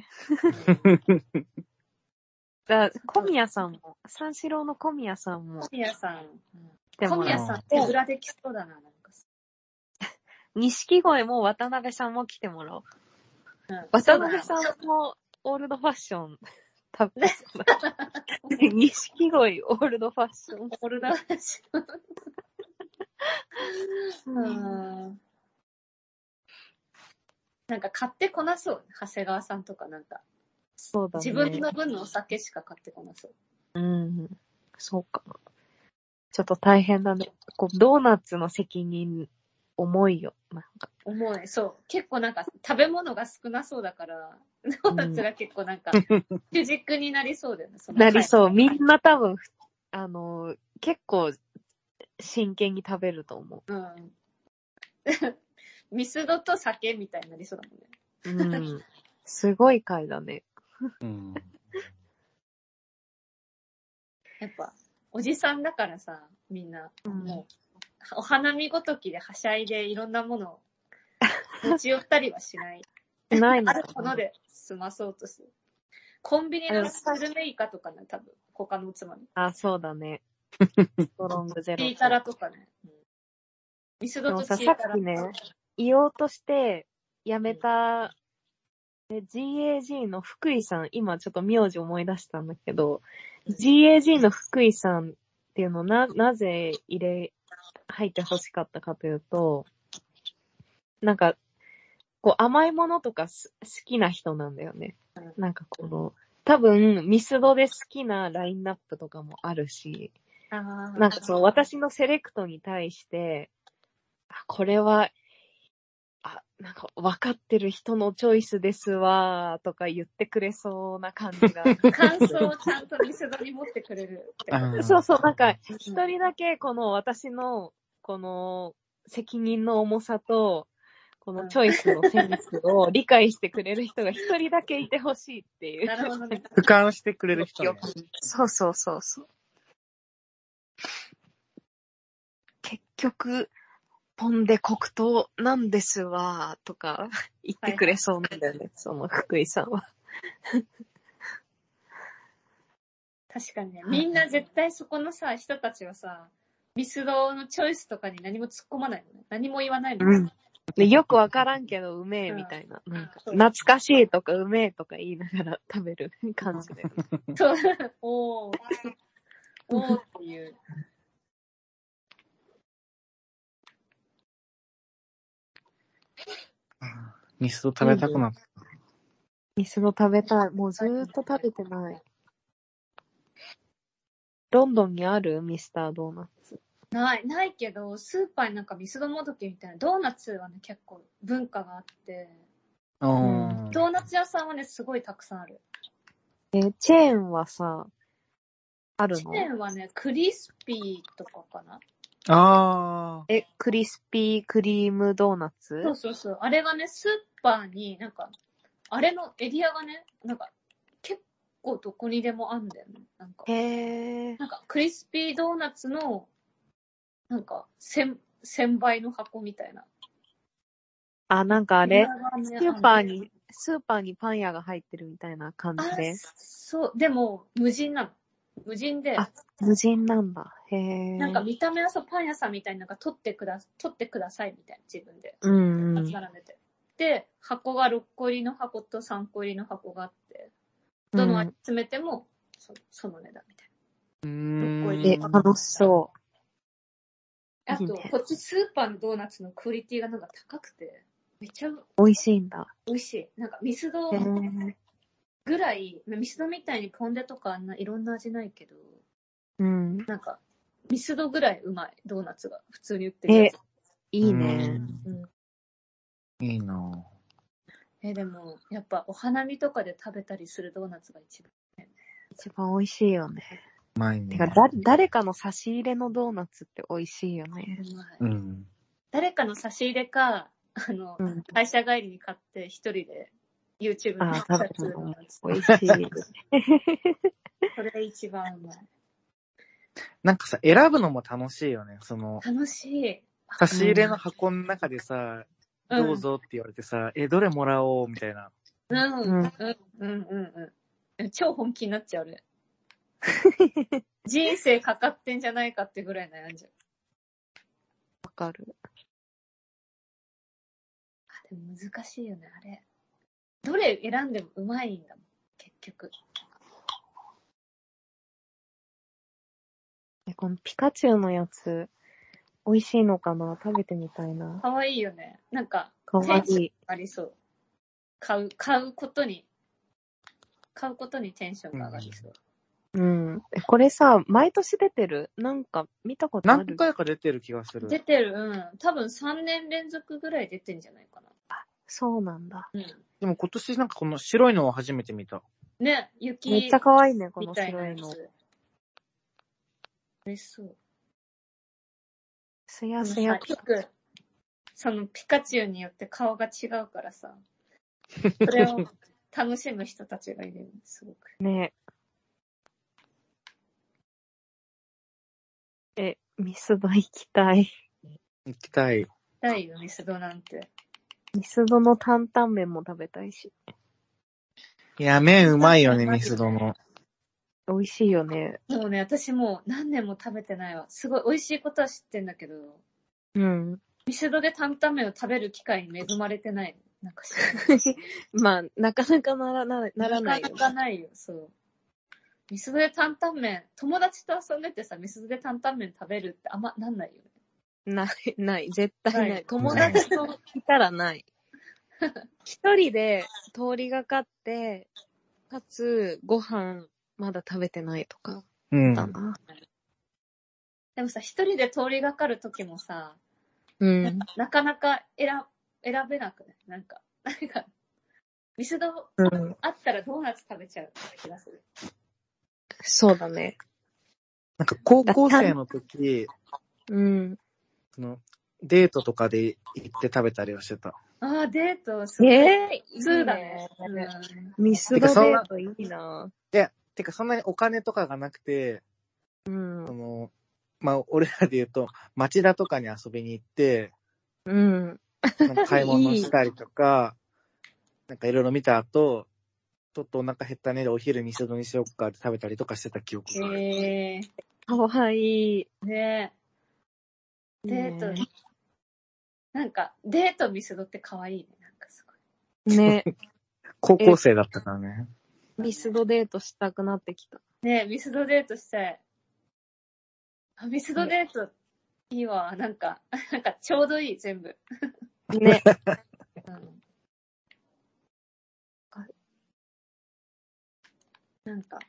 だ小宮さんも、三四郎の小宮さんも小宮さん。 来て小もらう。 宮さん手ぶらできそうだな、なんか。 錦鯉も渡辺さんも来てもらおう。 うん、 渡辺さんもオールドファッション食べそうだ。錦鯉オールドファッション。 オールドファッション。うんなんか買ってこなそう。長谷川さんとかなんか。 そうだね。 自分の分のお酒しか買ってこなそう。 うん。そうかな。ちょっと大変だね。こう、ドーナツの責任、重いよ。なんか。 重い。そう。結構なんか食べ物が少なそうだから、ドーナツが結構なんか、主軸になりそうだよね。そのなりそう。みんな多分、あの、結構、真剣に食べると思う。うん。ミスドと酒みたいになりそうだもんね。 う。うん。すごい回だね。 うん。 やっぱ、おじさんだからさ、みんな、 うんもう、お花見ごときではしゃいでいろんなものを持ち寄ったりはしない。 ないのあるもので済まそうとする。コンビニのスルメイカとかね、多分、他のおつまみ。 あ、そうだね。ストロングゼロ。 チータラとかね。うん、ミスドとチータラ。 さっきね、言おうとして辞めた、うん、ジーエージー の福井さん、今ちょっと名字思い出したんだけど、うん、ジーエージー の福井さんっていうのな、なぜ入れ、入って欲しかったかというと、なんか、こう甘いものとか好きな人なんだよね。うん、なんかこの、多分ミスドで好きなラインナップとかもあるし、なんかその私のセレクトに対して、あ、これは、あ、なんか分かってる人のチョイスですわーとか言ってくれそうな感じが。 感想をちゃんとミスドに持ってくれるってこと。 そうそう、なんか一人だけこの私のこの責任の重さと、このチョイスのセンスを理解してくれる人が一人だけいてほしいっていう。 なるほどね。 俯瞰してくれる人、ね。 そうそうそうそう。結局、ポンで黒糖なんですわーとか言ってくれそうなんだよね、はいはい、その福井さんは。 確かにね、みんな絶対そこのさ、人たちはさ、ミスドのチョイスとかに何も突っ込まないのね。何も言わないのね。うんでよくわからんけど、うめえみたいな。うん、なんか懐かしいとかうめえとか言いながら食べる感じで。 そう、おー、おーっていう。 ミスド食べたくなった。 ミスド食べたい。もうずーっと食べてない。ロンドンにあるミスタードーナツ。 ない、ないけど、スーパーになんかミスドもどきみたいな、ドーナツはね、結構文化があって、 うん、 ドーナツ屋さんはね、すごいたくさんある。 え、チェーンはさ、あるの？ チェーンはね、クリスピーとかかな？ ああ。 え、クリスピークリームドーナツ？ そうそうそう。あれがね、スーパーになんか、あれのエリアがね、なんか、結構どこにでもあんだよね。なんか。 へー。 なんか、クリスピードーナツの、なんか、千、千倍の箱みたいな。 あ、なんかあれ、スーパーに、スーパーにパン屋が入ってるみたいな感じで。 そう、でも、無人なの。無人で。 あ、無人なんだ。へー。 なんか見た目はそう、パン屋さんみたいになんか取ってくだ、取ってくださいみたいな、自分で。 うんうん。 並べて。で、箱がろっこ入りの箱とさんこ入りの箱があって、どの味詰めても、そ, その値段みたいな。 うーん。 ろっこ入りえ、楽しそう。 あと、いいね、こっちスーパーのドーナツのクオリティがなんか高くて、めっちゃ美味しいんだ。 美味しい。なんかミスドぐらい、ミスドみたいにポンデとかあんないろんな味ないけど、 うん。 なんか、ミスドぐらいうまい、ドーナツが普通に売ってるやつ。 え、いいね。 うん、いいなぁ。 え、でも、やっぱお花見とかで食べたりするドーナツが一番、ね、 一番美味しいよね。 うまいね。 てか、だ、誰かの差し入れのドーナツって美味しいよね。 うまい。 うん。 誰かの差し入れか、あの、うん、会社帰りに買って一人で YouTube であ、食べたの美味しい。 それ一番うまい。 なんかさ、選ぶのも楽しいよね。その、 楽しい。 差し入れの箱の中でさ、うん、どうぞって言われてさ、え、どれもらおうみたいな。 うん、うん、うん、うん、うん。超本気になっちゃうね。人生かかってんじゃないかってぐらい悩んじゃう。 わかる。 でも難しいよね、あれ。どれ選んでもうまいんだもん、結局。 え、このピカチュウのやつ、美味しいのかな？食べてみたいな。 かわいいよね。なんか、 かわいい。 ありそう。買う、買うことに、買うことにテンションが上がりそう。 うん。え、これさ、毎年出てる？なんか見たことある？ 何回か出てる気がする。 出てる、うん。多分さんねん連続ぐらい出てんじゃないかな。 そうなんだ。 うん。 でも今年なんかこの白いのを初めて見た。 ね、雪めっちゃ可愛いね、このみたいな白いの。 やつ。嬉しそう。 すやですもさ、 や。 よく、そのピカチュウによって顔が違うからさ、それを楽しむ人たちがいるよね、すごく。 ねえ、ミスド行きたい。 行きたい。 だいよ、ミスドなんて。 ミスドの担々麺も食べたいし。 いや、麺うまいよね、ミスドの。 美味しいよね。 でもね、私もう何年も食べてないわ。すごい美味しいことは知ってんだけど、 うん。 ミスドで担々麺を食べる機会に恵まれてない。なんか知らない。 まあ、なかなかならなならないよ、ね。 なかなかないよ、そう。ミスドで担々麺、友達と遊んでてさ、ミスドで担々麺食べるってあんまなんないよね。 ない、ない。絶対ない。 ない友達といたらない。一人で通りがかって、かつ、ご飯まだ食べてないとか。 うん。 だな。 でもさ、一人で通りがかるときもさ、 うん。 なかなか選選べなくない？なんか、なんか、ミスドうん。 あったらドーナツ食べちゃう気がする。 そうだね。 なんか高校生の時、 うん。 その、デートとかで行って食べたりはしてた。 ああ、デート、すごい。 えー、 普通だね。 うん、ミスドデートいいな。 いや、てかそんなにお金とかがなくて、 うん。 その、まあ、俺らで言うと、町田とかに遊びに行って、 うん。 なんか買い物したりとか、なんかいろいろ見た後、ちょっとお腹減ったねでお昼ミスドにしよっかって食べたりとかしてた記憶がある。 へえかわいい。 ー。ねえ。デート、 ねなんか、デートミスドって可愛いね。なんかすごい。 ね。 高校生だったからね。 ミスドデートしたくなってきた。 ねえ、ミスドデートしたい。あ、ミスドデート、いいわ。なんか、なんかちょうどいい、全部。 ね。 うんなんか、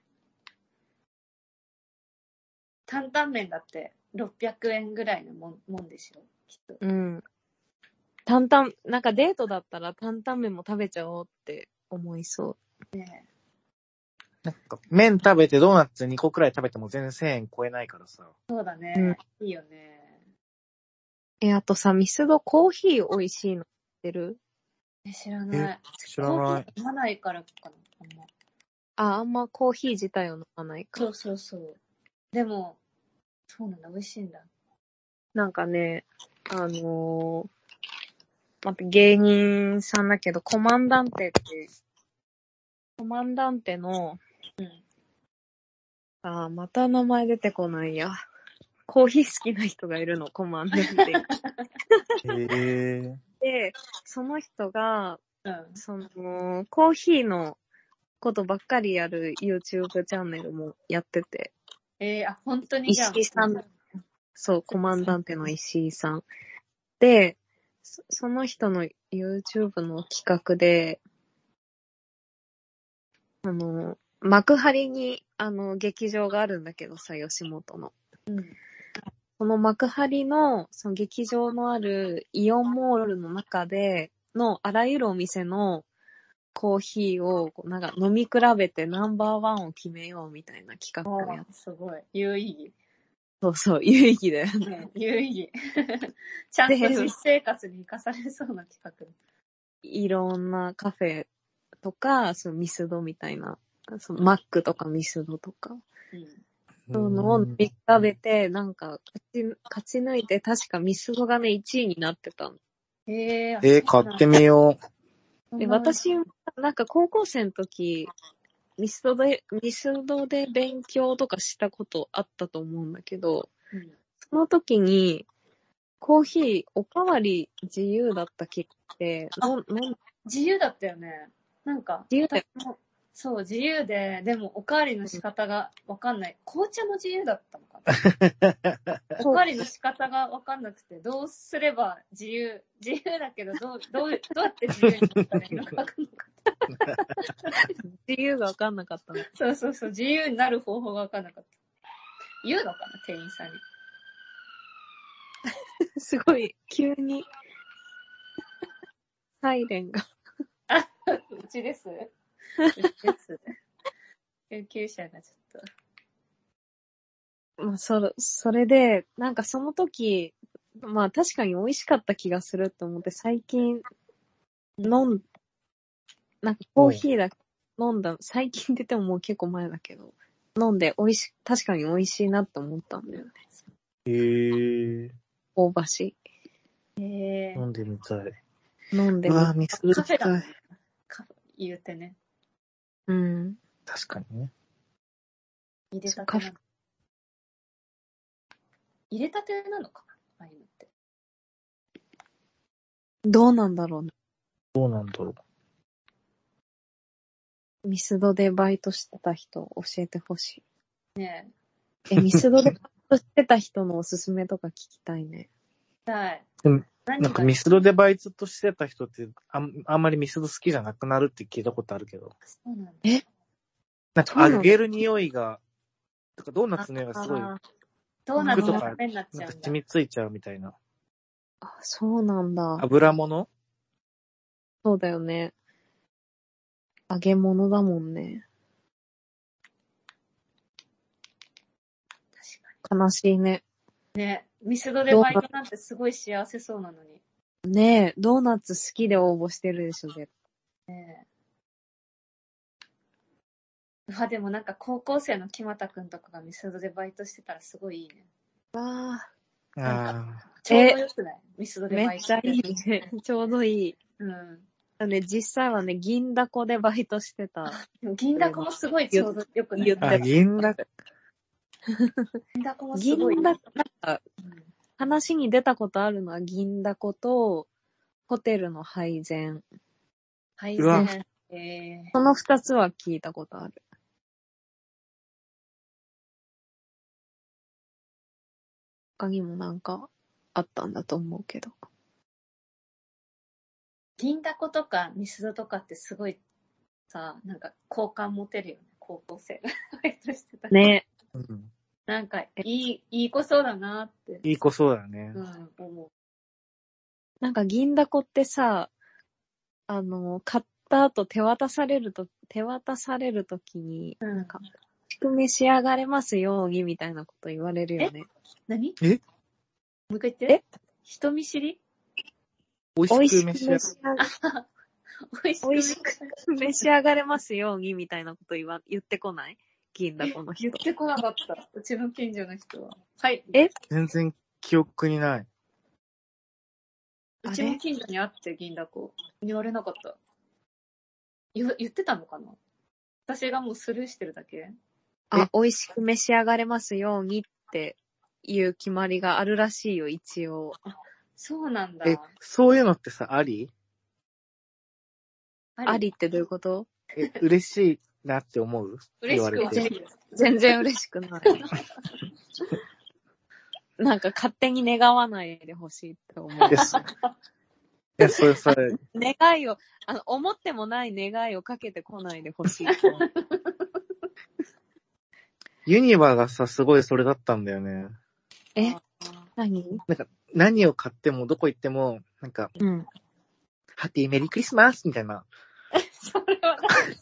担々麺だってろっぴゃくえんぐらいのもんもんでしょきっと。 うん。担々、なんかデートだったら担々麺も食べちゃおうって思いそねなんか、麺食べてドーナツにこくらい食べても全然せんえん超えないからさ。 そうだね。いいよね。 う。え、あとさ、ミスドコーヒー美味しいの知ってる？ え、知らない。 知らないコーヒー飲まないからかな。あんまあ、あんまコーヒー自体を飲まないか。 そうそうそう。でも、そうなんだ、美味しいんだ。 なんかね、あのー、また芸人さんだけど、コマンダンテって、コマンダンテの、 うん。 あー、また名前出てこないや。コーヒー好きな人がいるの、コマンダンテ。 へえ。 で、その人が、 うん。 その、コーヒーのことばっかりやる YouTube チャンネルもやってて、 えー、あ、本当にじゃあ。 石井さん、そう、コマンダンテの石井さん。で、そその人の YouTube の企画で、あの、幕張に、あの、劇場があるんだけどさ、吉本の。 うん。 その幕張の、その劇場のあるイオンモールの中でのあらゆるお店のコーヒーを、こうなんか飲み比べてナンバーワンを決めようみたいな企画をやっあすごい。有意義。 そうそう、有意義だよね。 ね、有意義。ちゃんと実生活に生かされそうな企画。 いろんなカフェとか、そのミスドみたいな、そのマックとかミスドとか、 うん。 そういうのを飲み比べて、なんか勝ち、勝ち抜いて、確かミスドがね、いちいになってたの。 えー、 えー、買ってみよう。 で、私、なんか高校生の時、ミスドで、ミスドで勉強とかしたことあったと思うんだけど、 うん。 その時に、 コーヒーおかわり自由だった気がして、のんのん自由だったよね。なんか、 自由だよ私もそう、自由で、でもおかわりの仕方がわかんない。紅茶も自由だったのかな。おかわりの仕方がわかんなくて、どうすれば自由、自由だけど、どう、どう、どうやって自由になったらいいのかわかんなかった。 自由がわかんなかったの。 そうそうそう、自由になる方法がわかんなかった。言うのかな、店員さんに。 すごい、急に、サイレンが。 あ、うちです。うちです。救急車がちょっと。 まあ、それ、それで、なんかその時、まあ確かに美味しかった気がするって思って、最近、飲ん、なんかコーヒーだけ飲んだ、最近って言ってももう結構前だけど、飲んで美味し、確かに美味しいなって思ったんだよね。 へー。 香ばしええ飲んでみたい。 い。飲んでみうわぁ、ミスドカフェだもんたい。 カフェ言うてね。 うん。 確かにね。 入れたカフてなの。入れたてなのかな、ああいうのって。 どうなんだろうね。 どうなんだろミスドでバイトしてた人教えてほしねい。え、ミスドでバイトしてた人のおすすめとか聞きたいね。 え。はい。 う。でも何なんかミスドでバイトしてた人ってあん、あんまりミスド好きじゃなくなるって聞いたことあるけど。 そうなんだ。 えなんか揚げる匂いが、とかドーナツの匂いがすごい、 あドーナツ服とかのためになっちなんかゃうんだ。 染みついちゃうみたいな。 あ、そうなんだ。 油物そうだよね。揚げ物だもんね。 確か悲しいね。 に。ねえ。ミスドでバイトなんてすごい幸せそうなのに。 ねえ、ドーナツ好きで応募してるでしょ、絶ねえ。うわ、でもなんか高校生の木俣くんとかがミスドでバイトしてたらすごいいいね。 対。わあ、 あちょうどよくないミスドでめバイトしてっちゃいいね。ちょうどいい。 うん。 ね、実際はね、銀だこでバイトしてた。 でも銀だこもすごいちょうどよくない言ってあ。あ、銀だ。 銀だこもすごい。 銀だこ、なんか、 うん話に出たことあるのは銀だこと、ホテルの配膳。 配うわ膳。えその二つは聞いたことある。他にもなんかあったんだと思うけど。 ー、銀だことかミスドとかってすごいさ、なんか好感持てるよね。高校生がバイトしてた。 ね。 うん。 なんかいい、いい子そうだなって。 いい子そうだよね。 うん、思う。 なんか銀だこってさ、あの、買った後手渡されると、手渡されるときに、 うんなんか、美味しく召し上がれますようにみたいなこと言われるよね。 何えもう一回言って。 え人見知り美美味しく味しく召し上召し上が美味しく美味しく召し上がれますようにみたいなこと言わ、言ってこない銀だこの人言っ。てこなかった。うちの近所の人は。はい。 え全然記憶にない。 うちの近所にあって銀だこ。言われなかった。言言ってたのかな私がもうスルーしてるだけあ、美味しく召し上がれますようにっていう決まりがあるらしいよ、一応。 そうなんだ。 え、そういうのってさ、ありあありってどういうこと？ え、嬉しいなって思う嬉しく言われて。 はないです。 全然嬉しくない。なんか勝手に願わないでほしいって思うい。や、そいやそれさ、 願いを、あの、思ってもない願いをかけてこないでほしいって思う。 ユニバがさ、すごいそれだったんだよね。 えあ何？ なんか、何を買っても、どこ行っても、なんか、 うん。 ハッピーメリークリスマスみたいな。 それは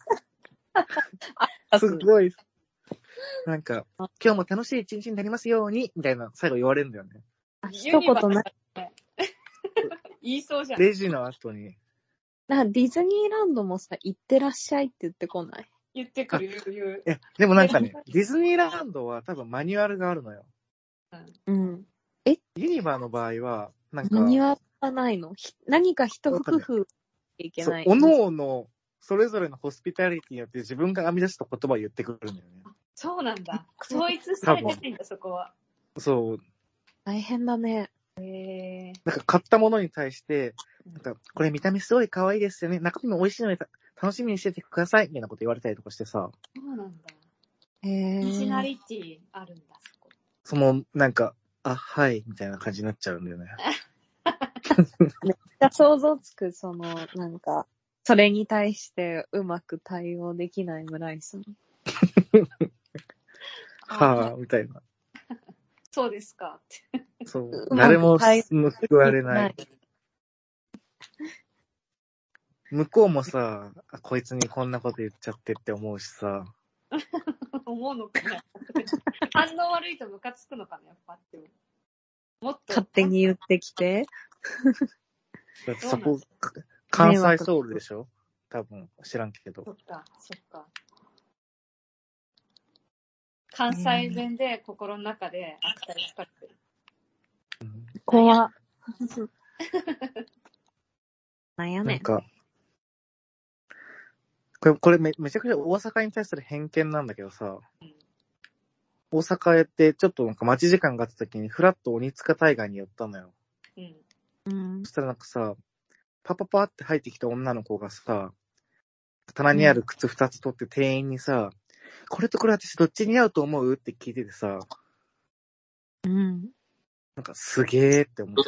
すごい、なんか、今日も楽しい一日になりますように、みたいな、最後言われるんだよね。 あ、一言な、 言いそうじゃん。 レジの後に。 なんかディズニーランドもさ、行ってらっしゃいって言ってこない？ 言ってくる、言う、言う。 いや、でもなんかね、ディズニーランドは多分マニュアルがあるのよ。 うん。 ユニバの場合は、なんか、 何はないの？ひ何か一工夫いけそうない。、 おのおの、それぞれのホスピタリティによって自分が編み出した言葉を言ってくるんだよね。 そうなんだ。統一されてないんだ、そこは。 そう。 大変だね。 へー。 なんか買ったものに対して、なんか、これ見た目すごい可愛いですよね。中身も美味しいので楽しみにしててください。みたいなこと言われたりとかしてさ。 そうなんだ。 へオリジナー。 リティあるんだ、そこ。 その、なんか、あ、はい、みたいな感じになっちゃうんだよね。 めっちゃ想像つく、その、なんか、それに対してうまく対応できない村井さん。 はぁ、みたいな。 そうですかって。 そう。 うま誰もく対救われ応ない。向こうもさ、あこいつにこんなこと言っちゃってって思うしさ。 思うのかな。反応悪いとムカつくのかな、やっぱって。もっと。 勝手に言ってきて。 だってそこそうなんだ、 関西ソウルでしょ多分、知らんけど。 そっか、そっか。関西弁で心の中で悪態つかってる。 怖っ。なんやねん。 なんか、これ、これめめちゃくちゃ大阪に対する偏見なんだけどさ、 うん大阪へってちょっとなんか待ち時間があった時にフラッと鬼塚大河に寄ったのよ。 うん。 うんそしたらなんかさ、パパパって入ってきた女の子がさ、棚にある靴二つ取って店員にさ、これとこれ私どっちに合うと思うって聞いててさ、 うん。 なんかすげーって思った。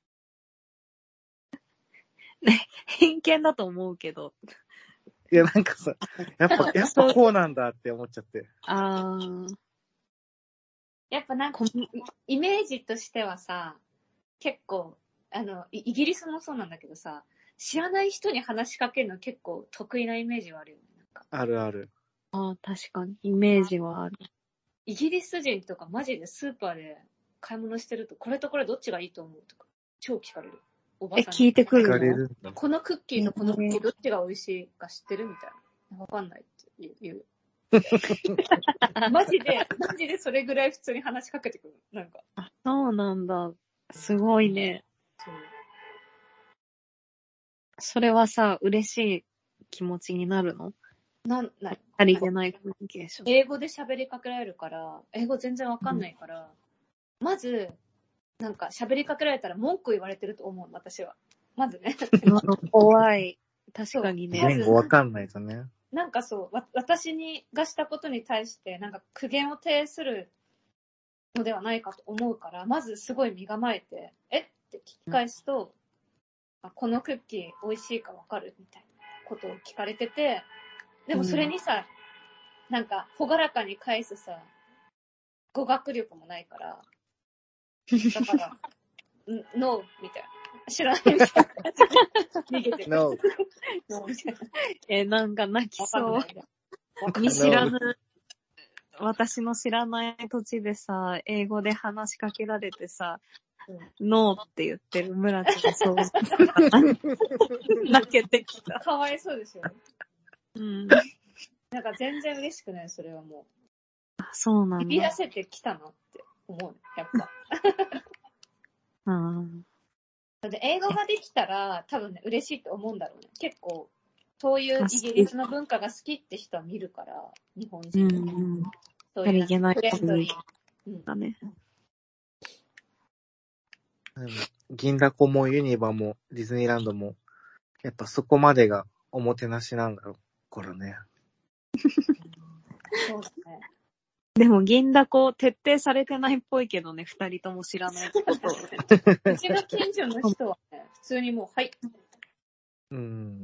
偏見だと思うけど。 いやなんかさ、やっぱ、やっぱこうなんだって思っちゃって。 あー。 やっぱなんかこんイ、イメージとしてはさ、結構、あの、イイギリスもそうなんだけどさ、知らない人に話しかけるの結構得意なイメージはあるよね。なんかあるある。 あー、確かに。イメージはある。 イギリス人とかマジでスーパーで買い物してると、これとこれどっちがいいと思うとか、超聞かれる。おばえ、 さんに。 聞いてく聞かるのれるんだ。 このクッキーとこのクッキーどっちが美味しいか知ってるみたいな。わかんないって言う。言うマジで、マジでそれぐらい普通に話しかけてくる。なんか。 そうなんだ。すごいね。 そう。 それはさ、嬉しい気持ちになるの？ なん、ない。 ありげないコミュニケーション。 英語で喋りかけられるから、英語全然わかんないから、うん、まず、なんか喋りかけられたら文句言われてると思う、私は。まずね。 怖い。確かにね。 言語わかんないとね。 なんかそう、わ私にがしたことに対して、なんか苦言を呈するのではないかと思うから、まずすごい身構えて、えって聞き返すと、うん、あこのクッキー美味しいかわかるみたいなことを聞かれてて、でもそれにさ、うん、なんか、ほがらかに返すさ、語学力もないから、だから、ノーみたいな。知らないみたいな。逃げてる。 ノー。 え、なんか泣きそう。見知らぬ、私の知らない土地でさ、英語で話しかけられてさ、うん、ノーって言ってる村ちゃんそう。泣けてきた。 かわいそうでしょ。 うん。 なんか全然嬉しくない、それはもう。そうなんだ。 ビビらせてきたのって思う、やっぱ。 うん。 で英語ができたら多分ね、嬉しいと思うんだろうね。結構、そういうイギリスの文化が好きって人は見るから、日本人でも。 うんうん。 そういうフレンドリー。 うん。だね。 銀だこもユニバもディズニーランドも、やっぱそこまでがおもてなしなんだろうからね。 そうだね。 でも銀だこ徹底されてないっぽいけどね、二人とも知らないこと。 うちの近所の人はね、普通にもう、はい。 うん。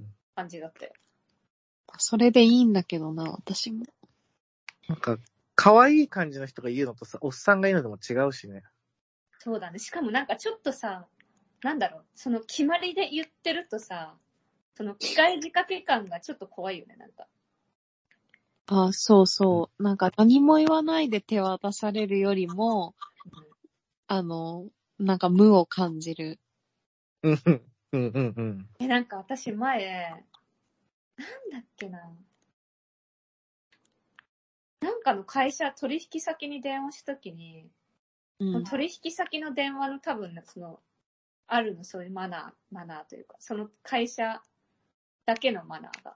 感じだったよ。 それでいいんだけどな、私も。 なんか、可愛い感じの人が言うのとさ、おっさんが言うのでも違うしね。 そうだね。しかもなんかちょっとさ、なんだろう、その決まりで言ってるとさ、その機械仕掛け感がちょっと怖いよね、なんか。 あ、そうそう。なんか何も言わないで手渡されるよりも、うん、あの、なんか無を感じる。 うんうんうんうん。 え、なんか私前、なんだっけな。なんかの会社、取引先に電話したときに、うん、取引先の電話の多分、その、あるの、そういうマナー、マナーというか、その会社だけのマナーが。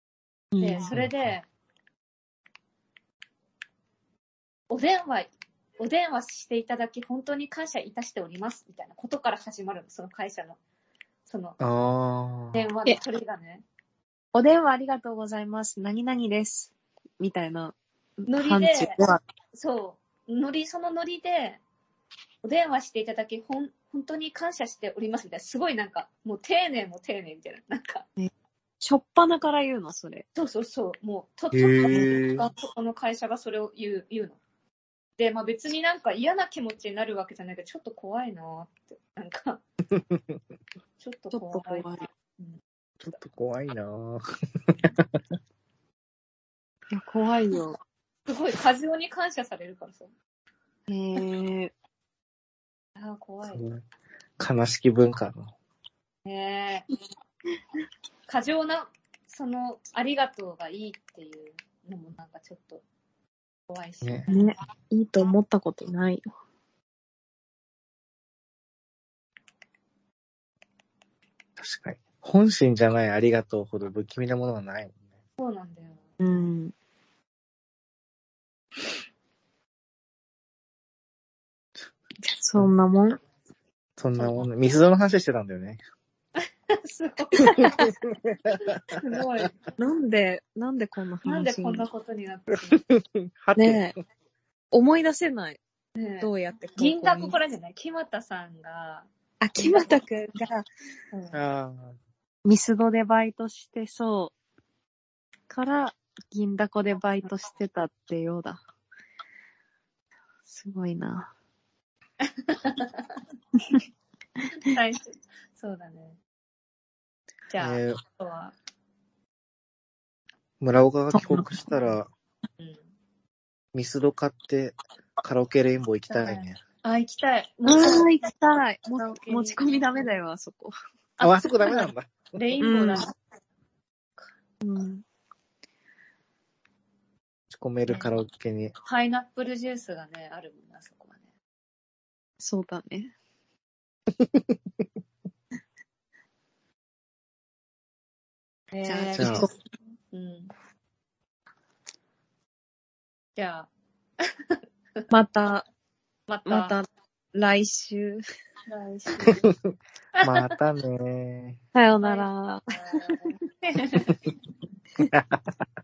で、それで、お電話お電話していただき本当に感謝いたしておりますみたいなことから始まるの、その会社のそのあ電話の取りがね。 お電話ありがとうございます。何々です。みたいなノリ感じでは。 そう、ノリ、そのノリで、お電話していただき、ほん、本当に感謝しておりますみたいな、すごいなんか、もう丁寧も丁寧みたいな、なんか。 しょっぱなから言うの、それ。 そうそうそう、もう、と、と、 へーと、そこの会社がそれを言う、言うの。で、まあ別になんか嫌な気持ちになるわけじゃないけど、ちょっと怖いなーって、なんか、ちょっとちょっと怖い。 怖い。 ちょっと怖いなぁ。 いや、怖いよ。 すごい過剰に感謝されるからさ。 へー。 ああ、怖い。 すごい悲しき文化の。 ねえ。過剰な、その、ありがとうがいいっていうのもなんかちょっと怖いし。 ね。 ね。いいと思ったことないよ。 確かに。本心じゃないありがとうほど不気味なものはないもんね。 そうなんだよ。 うん。そんなもん。 そんなもん、ミスドの話してたんだよね。 すごい。すごい。 なんで、なんでこんな話になんでこんなことになってるはて。 ねえ。思い出せない。 のねえ。 どうやって高校に。 銀だこからじゃない木俣さんが、 あ、木俣くんがうんあミスドでバイトしてそう。から、銀だこでバイトしてたってようだ。すごいな。 最初。そうだね。じゃあ、 えーあとは、 村岡が帰国したら、 うん。 ミスド買ってカラオケレインボー行きたいね。 あ、行きたい。 あー、行きたい。もカラオケに持ち込みダメだよ、あそこ。 あ、あそこダメなんだ。 レインボーだ。 うん。 持ち込めるカラオケに。 パイナップルジュースがね、あるもんな、そこはね。 そうだね。 えじゃあ、 ーじゃあ行こうん。じゃあ、 う。また、 また、 また、来週。 来週。 またねー。 さよなら。 はい